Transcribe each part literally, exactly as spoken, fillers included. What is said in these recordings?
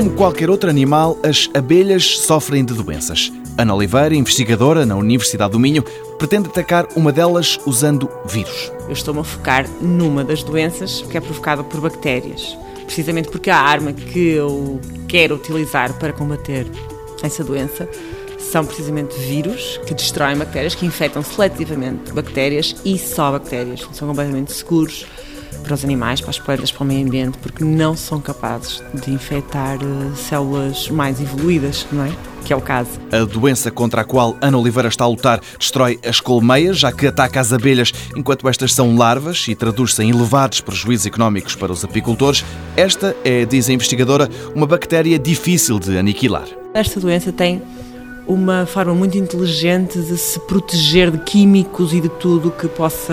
Como qualquer outro animal, as abelhas sofrem de doenças. Ana Oliveira, investigadora na Universidade do Minho, pretende atacar uma delas usando vírus. Eu estou-me a focar numa das doenças que é provocada por bactérias. Precisamente porque a arma que eu quero utilizar para combater essa doença são precisamente vírus que destroem bactérias, que infectam seletivamente bactérias e só bactérias. São completamente seguros para os animais, para as plantas, para o meio ambiente, porque não são capazes de infectar células mais evoluídas, não é? Que é o caso. A doença contra a qual Ana Oliveira está a lutar destrói as colmeias, já que ataca as abelhas enquanto estas são larvas e traduz-se em elevados prejuízos económicos para os apicultores. Esta é, diz a investigadora, uma bactéria difícil de aniquilar. Esta doença tem uma forma muito inteligente de se proteger de químicos e de tudo que possa...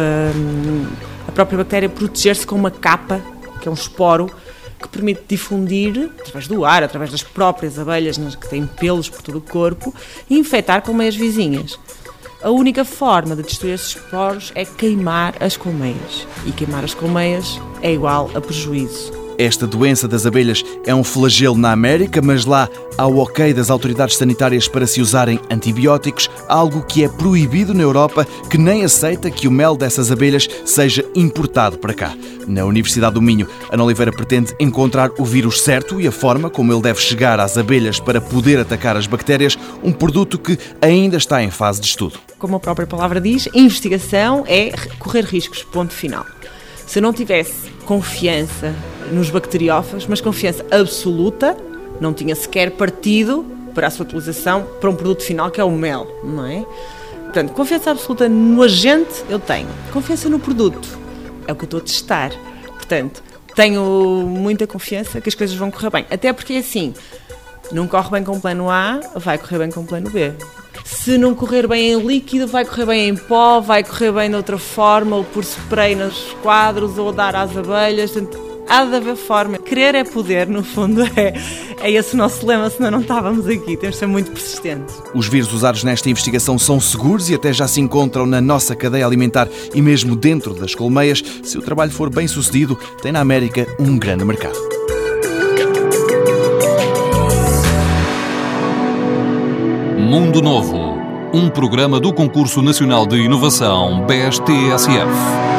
A própria bactéria proteger-se com uma capa, que é um esporo, que permite difundir, através do ar, através das próprias abelhas, que têm pelos por todo o corpo, e infectar colmeias vizinhas. A única forma de destruir esses esporos é queimar as colmeias. E queimar as colmeias é igual a prejuízo. Esta doença das abelhas é um flagelo na América, mas lá há o ok das autoridades sanitárias para se usarem antibióticos, algo que é proibido na Europa, que nem aceita que o mel dessas abelhas seja importado para cá. Na Universidade do Minho, Ana Oliveira pretende encontrar o vírus certo e a forma como ele deve chegar às abelhas para poder atacar as bactérias, um produto que ainda está em fase de estudo. Como a própria palavra diz, investigação é correr riscos, ponto final. Se eu não tivesse confiança nos bacteriófagos, mas confiança absoluta, não tinha sequer partido para a sua utilização para um produto final que é o mel, não é? Portanto, confiança absoluta no agente eu tenho. Confiança no produto é o que eu estou a testar. Portanto, tenho muita confiança que as coisas vão correr bem. Até porque, assim, não corre bem com o plano A, vai correr bem com o plano B. Se não correr bem em líquido, vai correr bem em pó, vai correr bem de outra forma, ou por spray nos quadros, ou dar às abelhas. Portanto, há de haver forma. Querer é poder, no fundo, é, é esse o nosso lema, senão não estávamos aqui. Temos de ser muito persistentes. Os vírus usados nesta investigação são seguros e até já se encontram na nossa cadeia alimentar e mesmo dentro das colmeias. Se o trabalho for bem sucedido, tem na América um grande mercado. Mundo Novo, um programa do Concurso Nacional de Inovação B E S T S F.